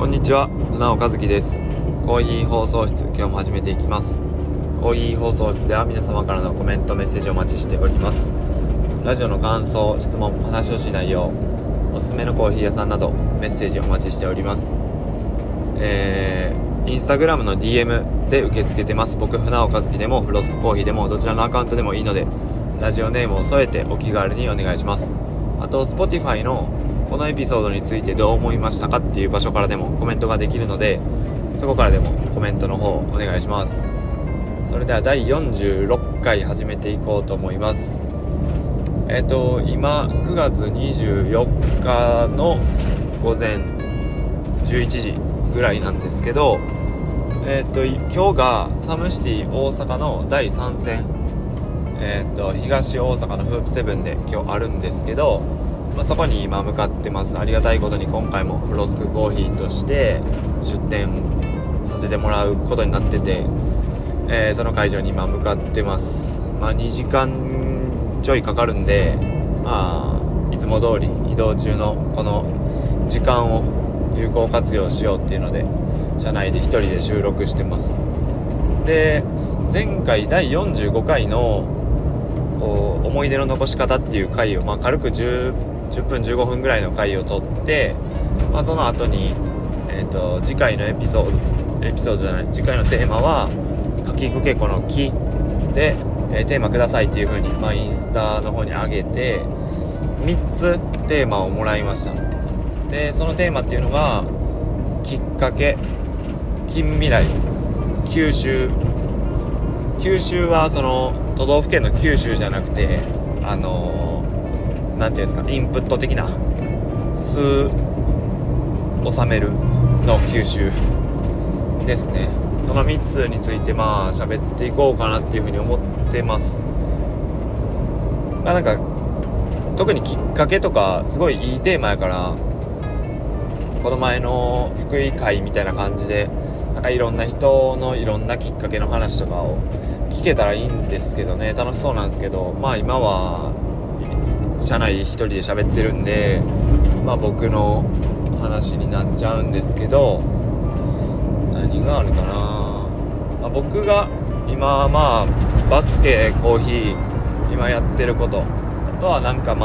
んにちは、船尾和樹です。コーヒー放送室、今日も始めていきます。コーヒー放送室では皆様からのコメント、メッセージをお待ちしております。ラジオの感想、質問、話をしないよう、おすすめのコーヒー屋さんなどメッセージお待ちしております。インスタグラムの DM で受け付けてます。僕、船尾和樹でもフロスクコーヒーでもどちらのアカウントでもいいので、ラジオネームを添えてお気軽にお願いします。あと Spotify のこのエピソードについてどう思いましたかっていう場所からでもコメントができるので、そこからでもコメントの方お願いします。それでは第46回始めていこうと思います。今9月24日の午前11時ぐらいなんですけど、今日がサムシティ大阪の第3戦、東大阪のフープセブンで今日あるんですけど、そこに今向かってます。ありがたいことに今回もフロスクコーヒーとして出店させてもらうことになってて、その会場に今向かってます。2時間ちょいかかるんで、いつも通り移動中のこの時間を有効活用しようっていうので車内で一人で収録してます。で、前回第45回の思い出の残し方っていう回を、軽く10分15分ぐらいの回を撮って、その後に、次回の次回のテーマはかきくけこの木で、テーマくださいっていう風に、インスタの方に上げて3つテーマをもらいました。で、そのテーマっていうのがきっかけ、近未来、九州はその都道府県の九州じゃなくて、なんていうんですか、インプット的な数収めるの九州ですね。その3つについて喋っていこうかなっていうふうに思ってます。なんか特にきっかけとかすごいいいテーマやから、この前の福井会みたいな感じでいろんな人のいろんなきっかけの話とかを聞けたらいいんですけどね、楽しそうなんですけど、今は車内一人で喋ってるんで、僕の話になっちゃうんですけど、何があるかな。僕が今バスケ、コーヒー今やってること、あとは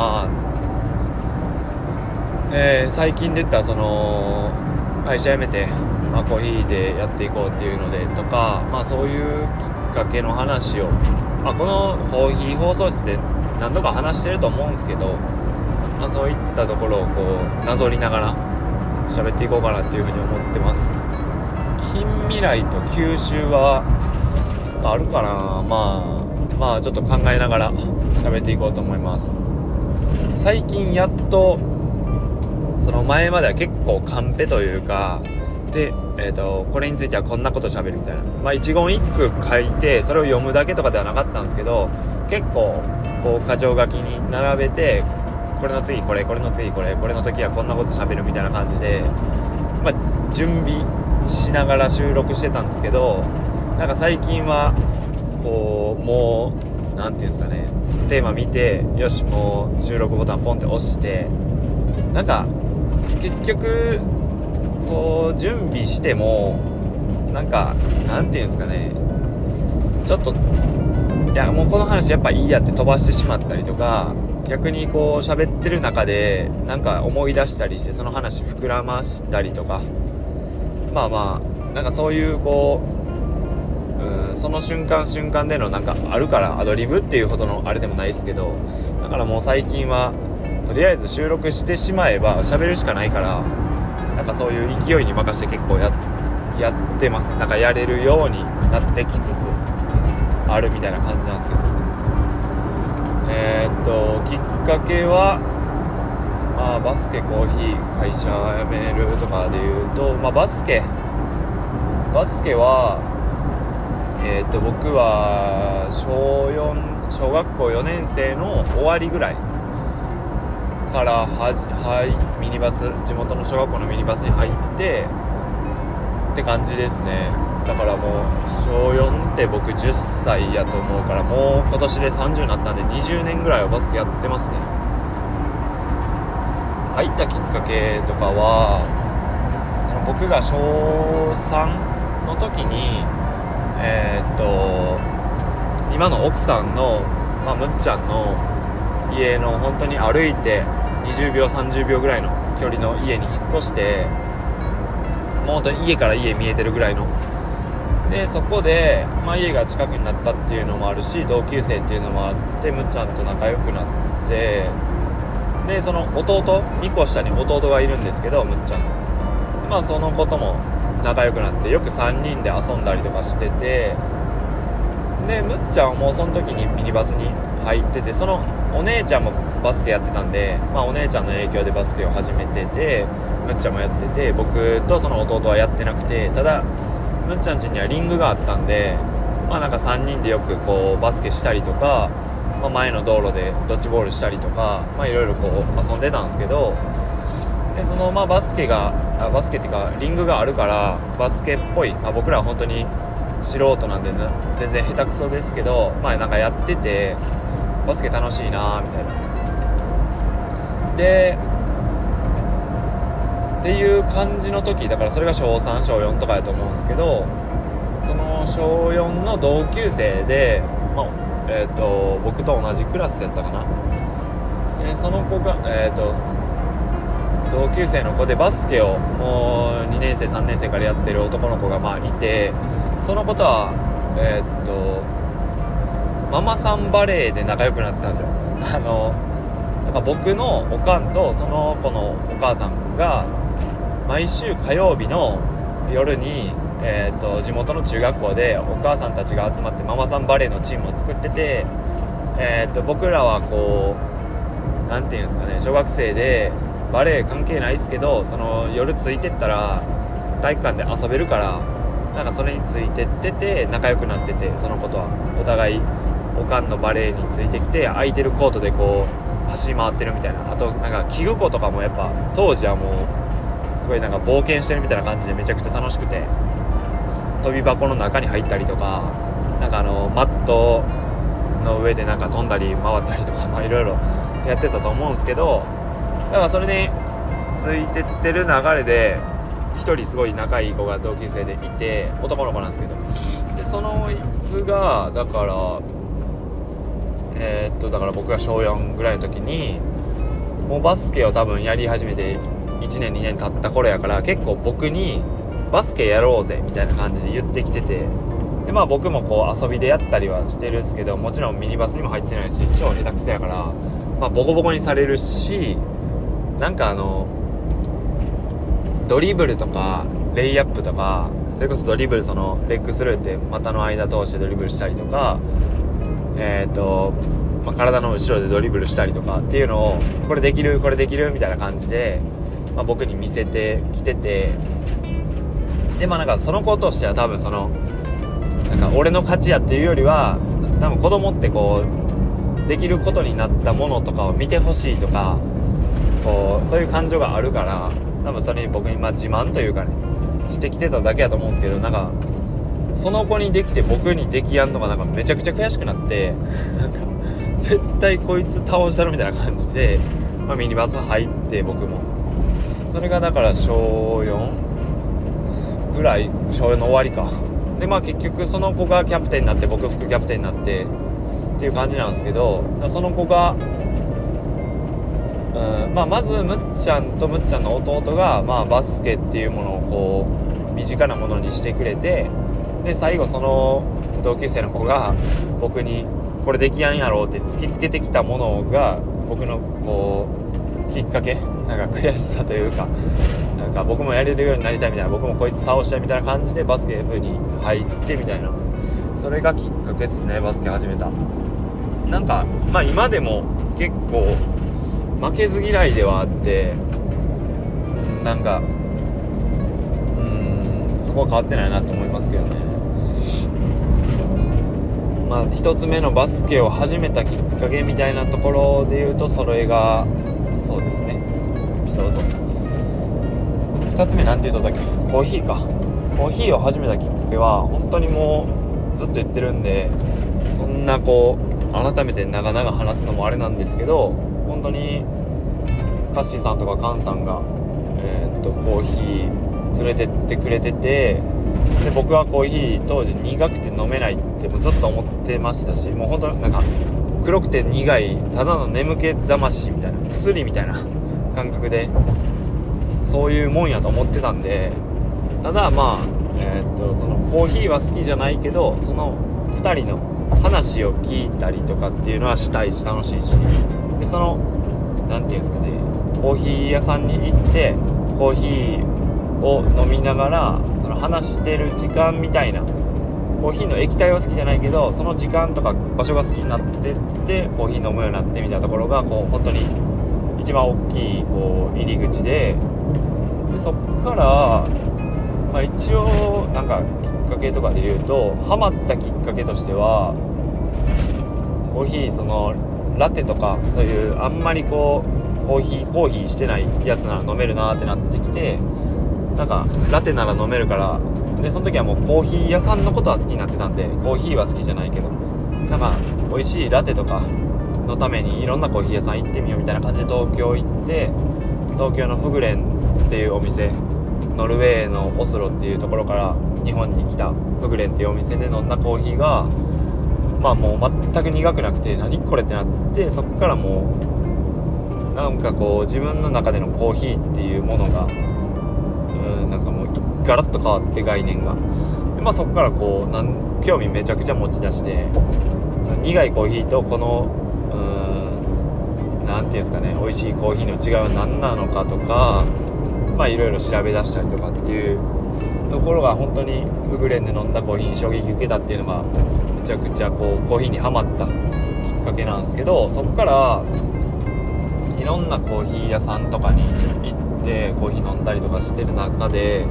最近で言ったらその会社辞めて、コーヒーでやっていこうっていうのでとか、そういうきっかけの話を、このコーヒー放送室で何度か話してると思うんですけど、そういったところをなぞりながら喋っていこうかなっていうふうに思ってます。近未来と九州はあるかな。ちょっと考えながら喋っていこうと思います。最近やっと、その前までは結構カンペというかで、これについてはこんなこと喋るみたいな、一言一句書いてそれを読むだけとかではなかったんですけど、結構箇条書きに並べて、これの次これ、これの次これ、これの時はこんなこと喋るみたいな感じで、準備しながら収録してたんですけど、最近はもうなんていうんですかね、テーマ見て、よしもう収録ボタンポンって押して、結局準備してもなんていうんですかね、ちょっともうこの話やっぱいいやって飛ばしてしまったりとか、逆に喋ってる中で思い出したりして、その話膨らましたりとか、そういうその瞬間瞬間でのあるからアドリブっていうほどのあれでもないですけど、だからもう最近はとりあえず収録してしまえば喋るしかないから、そういう勢いに任せて結構やってます。やれるようになってきつつあるみたいな感じなんですけど、きっかけはバスケ、コーヒー、会社辞めるとかでいうと、バスケは僕は小学校4年生の終わりぐらいからミニバス、地元の小学校のミニバスに入ってって感じですね。だからもう小4って僕10歳やと思うから、もう今年で30になったんで20年ぐらいはバスケやってますね。入ったきっかけとかは、その僕が小3の時に今の奥さんの、むっちゃんの家の本当に歩いて20秒30秒ぐらいの距離の家に引っ越して、もう本当に家から家見えてるぐらいので、そこで、家が近くになったっていうのもあるし、同級生っていうのもあって、むっちゃんと仲良くなって、でその弟、2個下に弟がいるんですけど、むっちゃんのその子とも仲良くなって、よく3人で遊んだりとかしてて、でむっちゃんはもうその時にミニバスに入ってて、そのお姉ちゃんもバスケやってたんで、お姉ちゃんの影響でバスケを始めてて、むっちゃんもやってて、僕とその弟はやってなくて、ただむっちゃん家にはリングがあったんで、なんか3人でよくこうバスケしたりとか、前の道路でドッジボールしたりとか、いろいろこう遊んでたんですけど、でそのバスケっていうかリングがあるからバスケっぽい、僕らは本当に素人なんで全然下手くそですけど、なんかやっててバスケ楽しいなみたいなでっていう感じの時だから、それが小3小4とかやと思うんですけど、その小4の同級生で、僕と同じクラスやったかな。その子が、同級生の子でバスケをもう2年生3年生からやってる男の子がいて、その子とはママさんバレーで仲良くなってたんですよ。なんか僕のおかんとその子のお母さんが毎週火曜日の夜に、地元の中学校でお母さんたちが集まってママさんバレーのチームを作ってて、僕らはこうなんていうんですかね、小学生でバレー関係ないですけど、その夜ついてったら体育館で遊べるから、なんかそれについてってて仲良くなってて、その子とはお互いおかんのバレーについてきて、空いてるコートでこう走り回ってるみたいな。あとなんか器具庫とかもやっぱ当時はもうすごいなんか冒険してるみたいな感じでめちゃくちゃ楽しくて、飛び箱の中に入ったりとか、なんかマットの上でなんか飛んだり回ったりとか、いろいろやってたと思うんですけど、だからそれについてってる流れで一人すごい仲いい子が同級生でいて、男の子なんですけど、でそのいつがだからだから僕が小4ぐらいの時にもうバスケを多分やり始めて1年2年経った頃やから、結構僕にバスケやろうぜみたいな感じで言ってきてて、で僕もこう遊びでやったりはしてるんですけど、もちろんミニバスにも入ってないし超下手くそやから、ボコボコにされるし、なんかドリブルとかレイアップとか、それこそドリブルそのレッグスルーって股の間通してドリブルしたりとか、体の後ろでドリブルしたりとかっていうのをこれできるみたいな感じで、僕に見せてきてて、でなんかその子としては多分そのなんか俺の勝ちやっていうよりは、多分子供ってこうできることになったものとかを見てほしいとか、こうそういう感情があるから、多分それに僕に自慢というかねしてきてただけやと思うんですけど、なんかその子にできて僕にできやんのがなんかめちゃくちゃ悔しくなって、なんか絶対こいつ倒したろみたいな感じで、ミニバス入って、僕もそれがだから小4ぐらい、小4の終わりかで、結局その子がキャプテンになって僕副キャプテンになってっていう感じなんですけど、その子がまずむっちゃんとむっちゃんの弟が、バスケっていうものをこう身近なものにしてくれて、で最後その同級生の子が僕にこれできやんやろうって突きつけてきたものが僕のこうきっかけ、なんか悔しさというか、なんか僕もやれるようになりたいみたいな、僕もこいつ倒したいみたいな感じでバスケ部に入ってみたいな、それがきっかけっすね、バスケ始めた。なんか今でも結構負けず嫌いではあって、なんかそこは変わってないなと思いますけどね。一つ目のバスケを始めたきっかけみたいなところで言うと、それがそうですね、エピソード。二つ目なんて言うとだっけ、コーヒーか。コーヒーを始めたきっかけは本当にもうずっと言ってるんで、そんなこう改めて長々話すのもあれなんですけど、本当にカッシーさんとかカンさんがコーヒー連れてってくれてて、で僕はコーヒー当時苦くて飲めないってもうずっと思ってましたし、もう本当なんか黒くて苦いただの眠気覚ましみたいな薬みたいな感覚でそういうもんやと思ってたんで、ただまあそのコーヒーは好きじゃないけど、その2人の話を聞いたりとかっていうのはしたいし楽しいし、でそのなんていうんですかね、コーヒー屋さんに行ってコーヒーを飲みながらその話してる時間みたいな、コーヒーの液体は好きじゃないけどその時間とか場所が好きになってってコーヒー飲むようになってみたいなところがこう本当に一番大きいこう入り口で、そっからまあ、一応なんかきっかけとかで言うと、ハマったきっかけとしてはコーヒーそのラテとかそういうあんまりこうコーヒーしてないやつなら飲めるなってなってきて、なんかラテなら飲めるから、でその時はもうコーヒー屋さんのことは好きになってたんで、コーヒーは好きじゃないけどなんか美味しいラテとかのためにいろんなコーヒー屋さん行ってみようみたいな感じで東京行って、東京のフグレンっていうお店、ノルウェーのオスロっていうところから日本に来たフグレンっていうお店で飲んだコーヒーがまあもう全く苦くなくて、何これってなって、そっからもうなんかこう自分の中でのコーヒーっていうものがなんかもうガラッと変わって概念がで、まあ、そっからこう興味めちゃくちゃ持ち出して、その苦いコーヒーとこのなんていうんですかね、美味しいコーヒーの違いは何なのかとか、まあいろいろ調べ出したりとかっていうところが本当にフグレンで飲んだコーヒーに衝撃受けたっていうのがめちゃくちゃこうコーヒーにハマったきっかけなんですけど、そっからいろんなコーヒー屋さんとかに行ってコーヒー飲んだりとかしてる中で、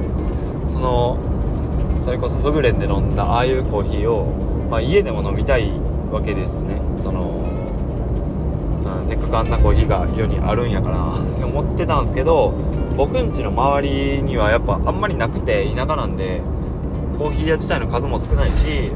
それこそフグレンで飲んだああいうコーヒーを、まあ、家でも飲みたいわけですね。せっかくあんなコーヒーが世にあるんやからって思ってたんですけど、僕ん家の周りにはやっぱあんまりなくて、田舎なんでコーヒー屋自体の数も少ないし、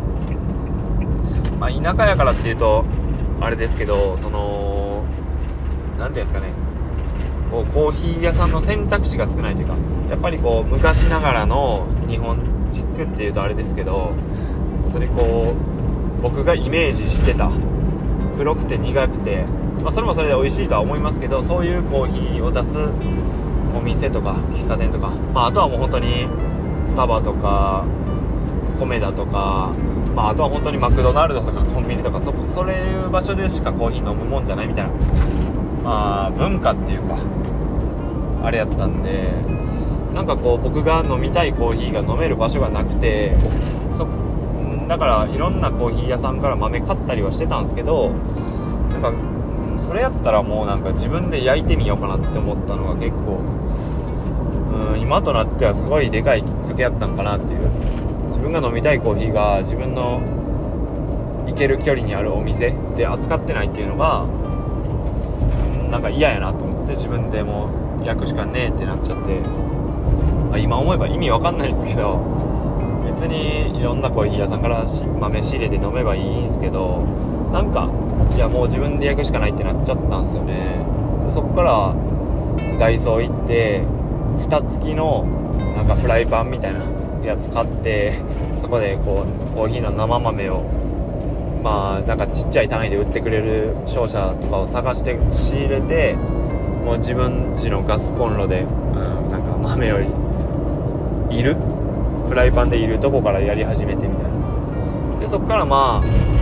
まあ、田舎やからっていうとあれですけど、なんていうんですかね、こうコーヒー屋さんの選択肢が少ないというか、やっぱりこう昔ながらの日本チックっていうとあれですけど、本当にこう僕がイメージしてた黒くて苦くて、まあ、それもそれで美味しいとは思いますけど、そういうコーヒーを出すお店とか喫茶店とか、まあ、あとはもう本当にスタバとかコメダとか、まあ、あとは本当にマクドナルドとかコンビニとかそういう場所でしかコーヒー飲むもんじゃないみたいな、まあ、文化っていうかあれやったんで、なんかこう僕が飲みたいコーヒーが飲める場所がなくて、だからいろんなコーヒー屋さんから豆買ったりはしてたんですけど、なんかそれやったらもうなんか自分で焼いてみようかなって思ったのが結構今となってはすごいでかいきっかけやったんかなっていう。自分が飲みたいコーヒーが自分の行ける距離にあるお店で扱ってないっていうのがなんか嫌やなと思って、自分でもう焼くしかねえってなっちゃって、今思えば意味わかんないですけど、別にいろんなコーヒー屋さんから豆仕入れて飲めばいいんですけど、なんかいやもう自分で焼くしかないってなっちゃったんですよね。そっからダイソー行って蓋付きのなんかフライパンみたいなやつ買って、そこでこうコーヒーの生豆をまあなんかちっちゃい単位で売ってくれる商社とかを探して仕入れて、もう自分家のガスコンロで、なんか豆をいるフライパンでいるとこからやり始めてみたいな。でそっからま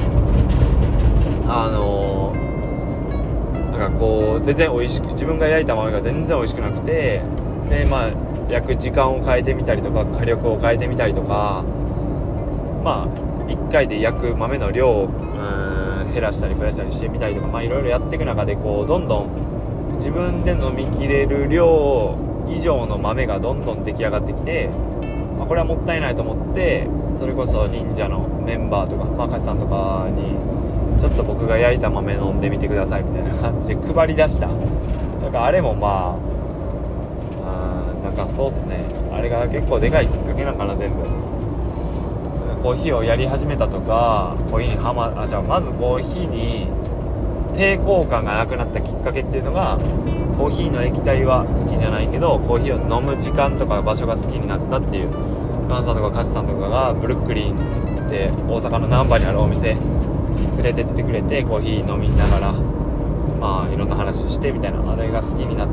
あなんかこう全然美味しく、自分が焼いた豆が全然美味しくなくて、でまあ焼く時間を変えてみたりとか火力を変えてみたりとか、まあ1回で焼く豆の量を減らしたり増やしたりしてみたりとか、まあいろいろやっていく中でこうどんどん自分で飲みきれる量以上の豆がどんどん出来上がってきて、これはもったいないと思って、それこそ忍者のメンバーとか、歌手さんとかにちょっと僕が焼いた豆飲んでみてくださいみたいな感じで配り出した。だからあれもまあなんかそうっすね、あれが結構でかいきっかけなんかな。全部コーヒーをやり始めたとか、コーヒーにまずコーヒーに抵抗感がなくなったきっかけっていうのが、 コーヒーの液体は好きじゃないけどコーヒーを飲む時間とか場所が好きになったっていうガンさんとかカシさんとかがブルックリンで大阪の難波にあるお店に連れてってくれてコーヒー飲みながらまあいろんな話してみたいなあれが好きになって、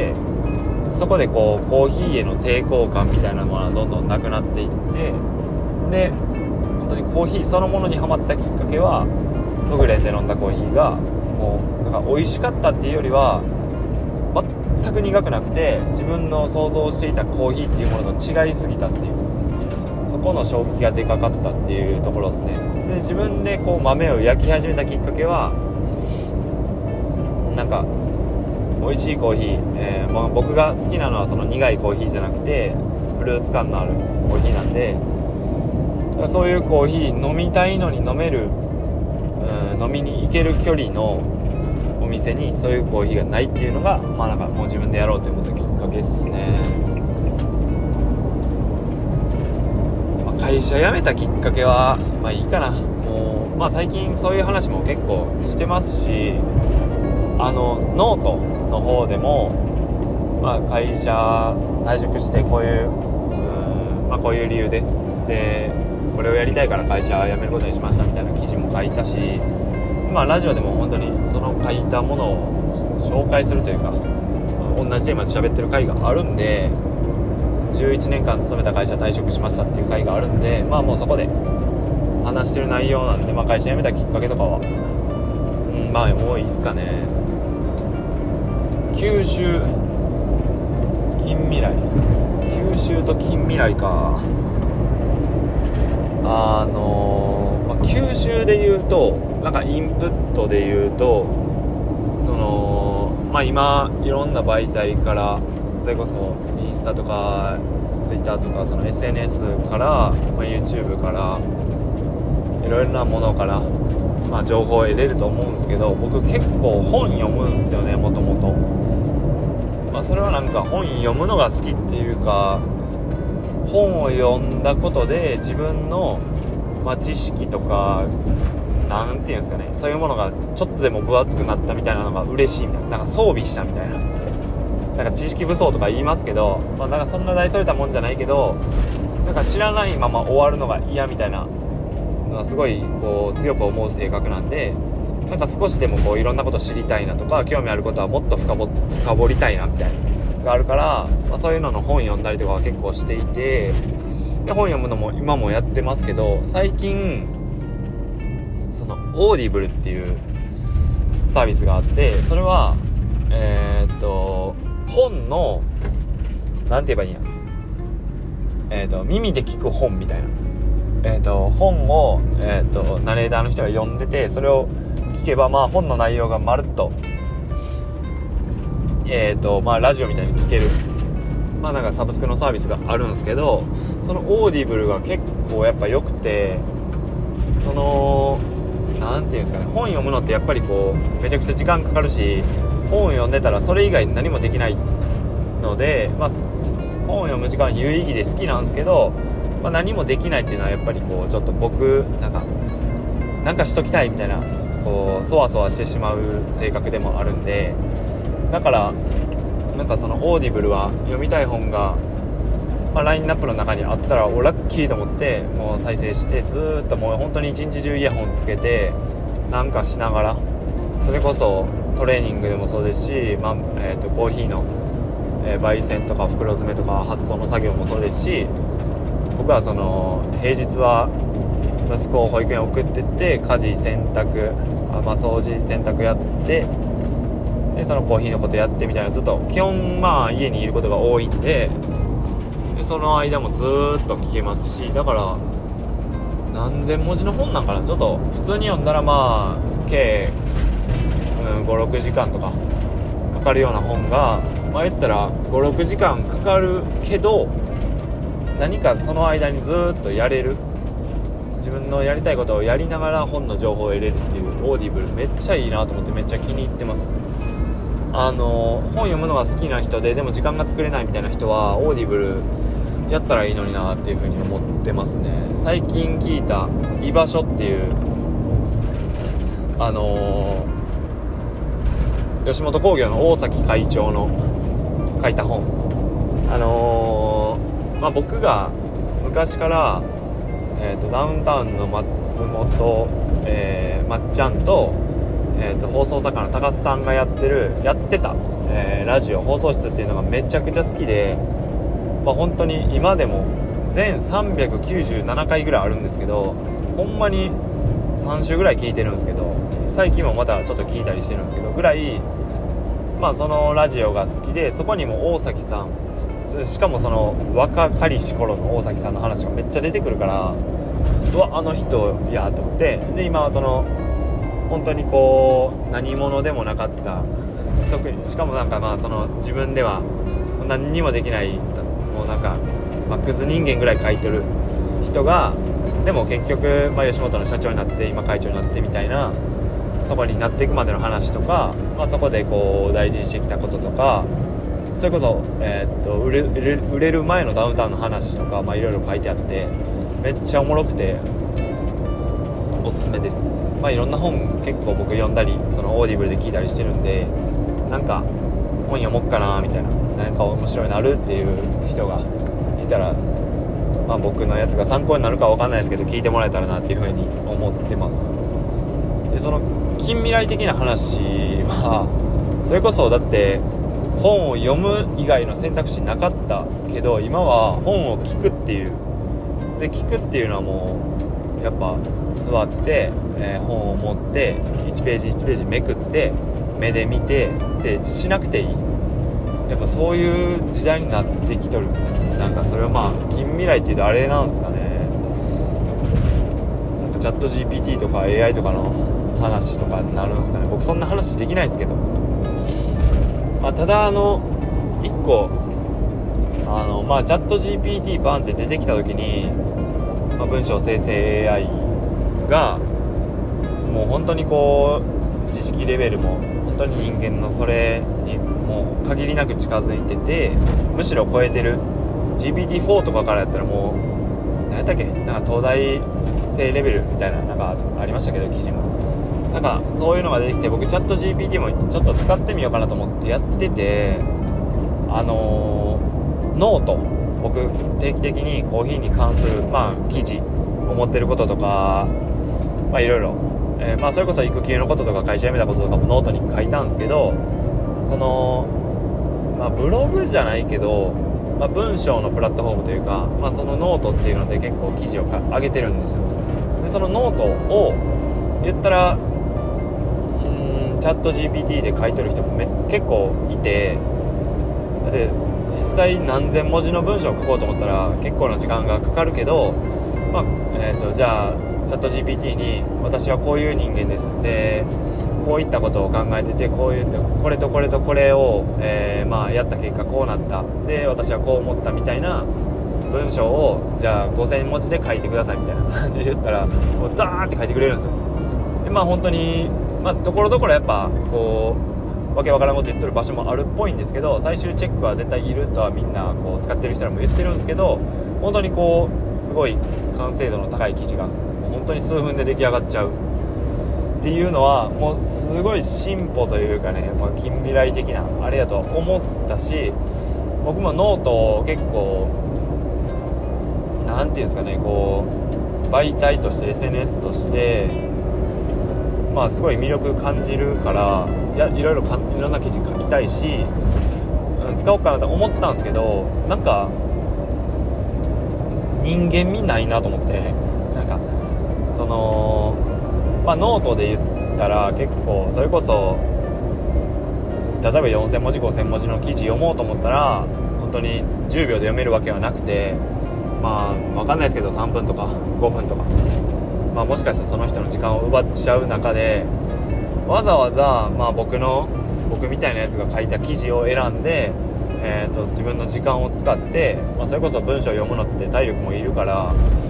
そこでこうコーヒーへの抵抗感みたいなものはどんどんなくなっていって、で本当にコーヒーそのものにハマったきっかけはフグレンで飲んだコーヒーがもうなんか美味しかったっていうよりは全く苦くなくて、自分の想像していたコーヒーっていうものと違いすぎたっていう、そこの衝撃がでかかったっていうところですね。で自分でこう豆を焼き始めたきっかけはなんか美味しいコーヒー、まあ、僕が好きなのはその苦いコーヒーじゃなくてフルーツ感のあるコーヒーなんで、そういうコーヒー飲みたいのに飲める、飲みに行ける距離のお店にそういうコーヒーがないっていうのがまあなんかもう自分でやろうということがきっかけですね。会社辞めたきっかけはまあいいかな。もうまあ最近そういう話も結構してますし、ノートの方でも、まあ、会社退職してこういうまあ、こういう理由でこれをやりたいから会社辞めることにしましたみたいな記事も書いたし、まあラジオでも本当にその書いたものを紹介するというか、同じテーマで喋ってる回があるんで、11年間勤めた会社退職しましたっていう回があるんで、まあもうそこで話してる内容なんで、まあ、会社辞めたきっかけとかはまあ多いっすかね。九州と近未来か。まあ、九州で言うとなんかインプットで言うとまあ今いろんな媒体からそれこそインスタとかツイッターとかその SNS から、まあ、YouTube からいろいろなものから、まあ、情報を得れると思うんですけど、僕結構本読むんですよね、もともと。まあそれはなんか本読むのが好きっていうか、本を読んだことで自分の、まあ、知識とかなんていうんですかね、そういうものがちょっとでも分厚くなったみたいなのが嬉しいみたいな、なんか装備したみたいな、なんか知識武装とか言いますけど、まあなんかそんな大それたもんじゃないけど、なんか知らないまま終わるのが嫌みたいなのがすごいこう強く思う性格なんで、なんか少しでもこういろんなこと知りたいなとか興味あることはもっと深掘りたいなみたいながあるから、まあ、そういうのの本読んだりとかは結構していて、で本読むのも今もやってますけど、最近そのオーディブルっていうサービスがあって、それは本のなんて言えばいいんや、耳で聞く本みたいな、本を、ナレーターの人が読んでて、それを聞けばまあ本の内容がまるっとまあラジオみたいに聞ける、まあなんかサブスクのサービスがあるんですけど、そのオーディブルが結構やっぱ良くて、そのなんていうんですかね、本読むのってやっぱりこうめちゃくちゃ時間かかるし、本を読んでたらそれ以外何もできないので、まあ本を読む時間は有意義で好きなんですけど、まあ、何もできないっていうのはやっぱりこうちょっと僕なんかしときたいみたいな、こうそわそわしてしまう性格でもあるんで、だからなんかそのオーディブルは読みたい本が、まあ、ラインナップの中にあったらラッキーと思ってもう再生して、ずーっともう本当に一日中イヤホンつけてなんかしながら、それこそトレーニングでもそうですし、まあコーヒーの、焙煎とか袋詰めとか発送の作業もそうですし、僕はその平日は息子を保育園送ってって家事洗濯、まあ、掃除洗濯やって、でそのコーヒーのことやってみたいな、ずっと基本まあ家にいることが多いんで、その間もずーっと聞けますし、だから何千文字の本なんかな、ちょっと普通に読んだらまあ計、5、6時間とかかかるような本が、まあ言ったら5、6時間かかるけど、何かその間にずーっとやれる、自分のやりたいことをやりながら本の情報を得れるっていうオーディブルめっちゃいいなと思ってめっちゃ気に入ってます。本読むのが好きな人でも時間が作れないみたいな人はオーディブルやったらいいのになっていう風に思ってますね。最近聞いた居場所っていう吉本興業の大崎会長の書いた本、僕が昔から、ダウンタウンの松本、まっちゃんと、放送作家の高須さんがやってた、ラジオ放送室っていうのがめちゃくちゃ好きで、本当に今でも全397回ぐらいあるんですけど、ほんまに3週ぐらい聞いてるんですけど、最近もまたちょっと聞いたりしてるんですけどぐらい、そのラジオが好きで、そこにも大崎さん、しかもその若かりし頃の大崎さんの話がめっちゃ出てくるから、うわあの人やと思って、で今はその本当にこう何者でもなかった、特にしかもその自分では何にもできない、もうクズ人間ぐらい書いてる人が、でも結局、吉本の社長になって今会長になってみたいなところになっていくまでの話とか、そこでこう大事にしてきたこととか、それこそ、売れる前のダウンタウンの話とか、いろいろ書いてあってめっちゃおもろくておすすめです。いろんな本結構僕読んだり、そのオーディブルで聞いたりしてるんで、本読もっかなみたいな、面白いなるっていう人がいたら、僕のやつが参考になるかわかんないですけど、聞いてもらえたらなっていうふうに思ってます。でその近未来的な話は、それこそだって本を読む以外の選択肢なかったけど、今は本を聞くっていうで、聞くっていうのはもうやっぱ座って、本を持って1ページ1ページめくって目で見てでしなくていい、やっぱそういう時代になってきとる。それは近未来っていうとあれなんですかね、チャット GPT とか AI とかの話とかになるんですかね。僕そんな話できないですけど、ただ一個チャット GPT バンって出てきた時に、文章生成 AI がもう本当にこう知識レベルも本当に人間のそれにもう限りなく近づいてて、むしろ超えてる。 GPT-4 とかからやったらもう何やったっけ、東大生レベルみたいなありましたけど、記事もそういうのが出てきて、僕チャット GPT もちょっと使ってみようかなと思ってやってて、ノート、僕定期的にコーヒーに関する記事、思ってることとかいろいろ、それこそ育休のこととか会社辞めたこととかもノートに書いたんですけど、そのブログじゃないけど、文章のプラットフォームというか、そのノートっていうので結構記事を上げてるんですよ。でそのノートを言ったらチャット GPT で書いてる人も結構いて、で実際何千文字の文章を書こうと思ったら結構な時間がかかるけど、じゃあチャット GPT に私はこういう人間です、でこういったことを考えてて、これとこれとこれを、やった結果こうなった、で私はこう思ったみたいな文章をじゃあ5000文字で書いてくださいみたいな感じで言ったら、もうダーって書いてくれるんですよ。で本当にところどころやっぱこうわけわからんこと言ってる場所もあるっぽいんですけど、最終チェックは絶対いるとはみんなこう使ってる人らも言ってるんですけど、本当にこうすごい完成度の高い記事がもう本当に数分で出来上がっちゃうっていうのは、もうすごい進歩というかね、近未来的なあれだと思ったし、僕もノートを結構なんていうんですかね、こう媒体として SNS としてすごい魅力感じるから、いろんな記事書きたいし、使おうかなと思ったんですけど、人間味ないなと思って、そのノートで言ったら結構それこそ例えば4000文字5000文字の記事読もうと思ったら本当に10秒で読めるわけはなくて、分かんないですけど3分とか5分とか、もしかしたらその人の時間を奪っちゃう中で、わざわざ僕みたいなやつが書いた記事を選んで、自分の時間を使って、それこそ文章を読むのって体力もいるから、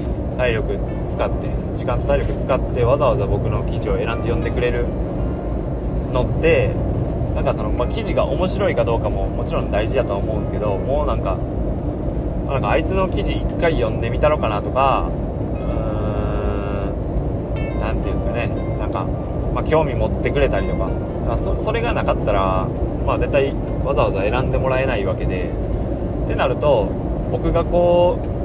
時間と体力使ってわざわざ僕の記事を選んで読んでくれるのって、その、記事が面白いかどうかももちろん大事だとは思うんですけど、もうあいつの記事一回読んでみたのかなとか、なんていうんですかね、 興味持ってくれたりとか、それがなかったら、絶対わざわざ選んでもらえないわけで、ってなると僕がこう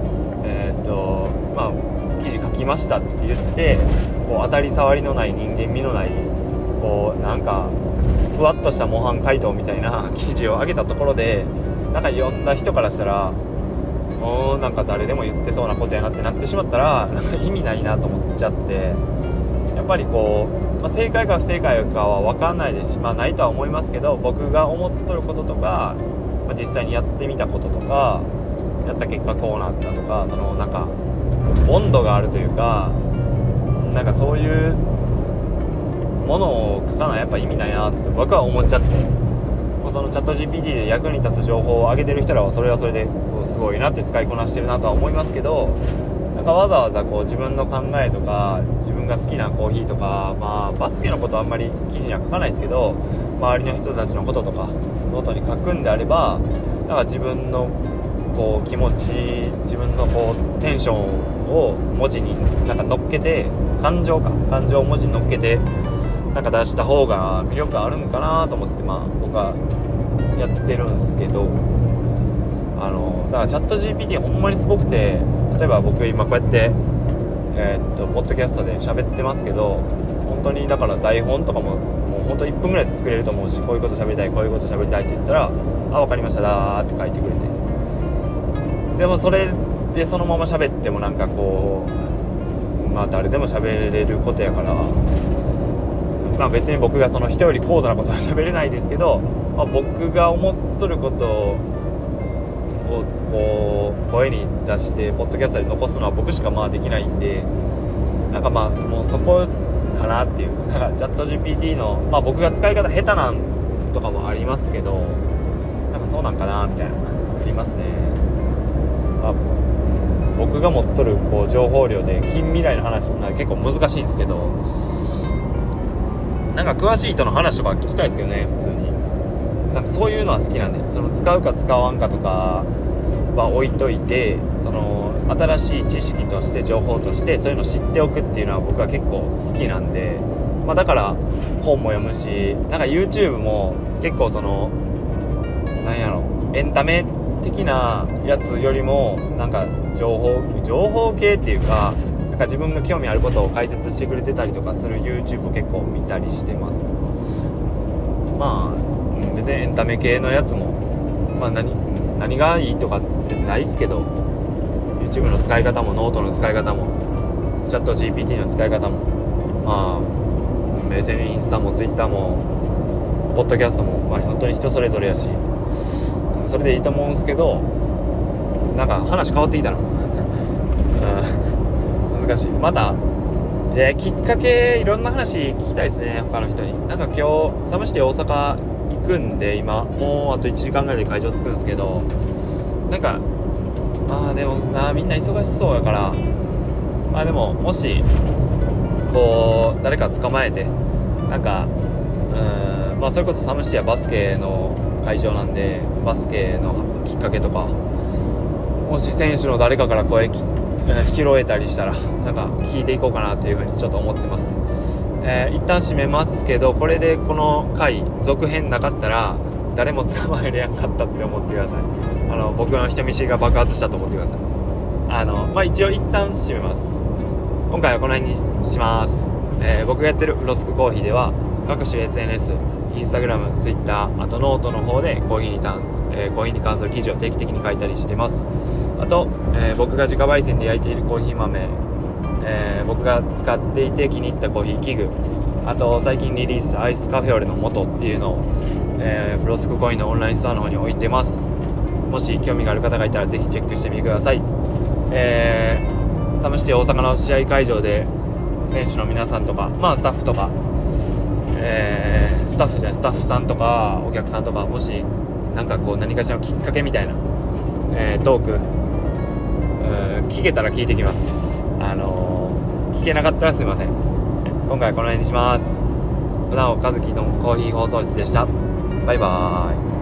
記事書きましたって言ってこう当たり障りのない人間味のないこうなんかふわっとした模範解答みたいな記事を上げたところでなんか読んだ人からしたらなんか誰でも言ってそうなことやなってなってしまったらなんか意味ないなと思っちゃって、やっぱりこう、正解か不正解かは分かんないですし、ないとは思いますけど、僕が思っとることとか、実際にやってみたこととかやった結果こうなったとか、そのなんか温度があるというか、なんかそういうものを書かないやっぱ意味ないなって僕は思っちゃって、そのチャット GPT で役に立つ情報を上げてる人らはそれはそれですごいなって使いこなしてるなとは思いますけど、なんかわざわざこう自分の考えとか自分が好きなコーヒーとか、バスケのことはあんまり記事には書かないですけど、周りの人たちのこととかノートに書くんであれば、なんか自分のこう気持ち、自分のこうテンションを文字になんか乗っけて、感情を文字に乗っけてなんか出した方が魅力あるんかなと思って、僕はやってるんですけど、だからチャット GPT ほんまにすごくて、例えば僕今こうやってポッドキャストで喋ってますけど、本当にだから台本とかももう本当1分ぐらいで作れると思うし、こういうこと喋りたいこういうこと喋りたいって言ったら分かりましただーって書いてくれて、でもそれでそのまま喋ってもなんかこう誰でも喋れることやから、別に僕がその人より高度なことは喋れないですけど、僕が思っとることをこう声に出してポッドキャストで残すのは僕しかできないんで、なんかもうそこかなっていう、なんかチャット GPT の僕が使い方下手なんとかもありますけど、なんかそうなんかなみたいなありますね。僕が持っとるこう情報量で近未来の話するのは結構難しいんですけど、なんか詳しい人の話とか聞きたいですけどね、普通に。なんかそういうのは好きなんで、その使うか使わんかとかは置いといて、その新しい知識として情報としてそういうのを知っておくっていうのは僕は結構好きなんで、だから本も読むし、なんか YouTube も結構そのエンタメ的なやつよりもなんか情報系っていうか、なんか自分が興味あることを解説してくれてたりとかする YouTube を結構見たりしてます。別にエンタメ系のやつも、何がいいとか別にないっすけど、 YouTube の使い方もノートの使い方もチャット GPT の使い方もSNS、インスタも Twitter もポッドキャストも、本当に人それぞれやし、それでいいと思うんですけど、なんか話変わってきたな難しい。またきっかけいろんな話聞きたいですね、他の人に。なんか今日サムシティ大阪行くんで、今もうあと1時間ぐらいで会場着くんですけど、なんかでもみんな忙しそうやから、でももしこう誰か捕まえて、なんかそれこそサムシティはバスケの会場なんで、バスケのきっかけとか、もし選手の誰かから声拾えたりしたらなんか聞いていこうかなというふうにちょっと思ってます。一旦締めますけど、これでこの回続編なかったら誰も捕まえれやんかったって思ってください。僕の人見知りが爆発したと思ってください。一応一旦締めます。今回はこの辺にします。僕がやってるフロスクコーヒーでは各種 SNS、インスタグラム、ツイッター、あとノートの方でコーヒーに関する記事を定期的に書いたりしてます。あと、僕が自家焙煎で焼いているコーヒー豆、僕が使っていて気に入ったコーヒー器具、あと最近リリースアイスカフェオレの素っていうのを、フロスクコーヒーのオンラインストアの方に置いてます。もし興味がある方がいたらぜひチェックしてみてください。サムシティ大阪の試合会場で選手の皆さんとか、スタッフとか、スタッフさんとかお客さんとか、もしなんかこう何かしらのきっかけみたいな、トーク、聞けたら聞いてきます。聞けなかったらすいません。今回はこの辺にします。船尾和樹のコーヒー放送室でした。バイバーイ。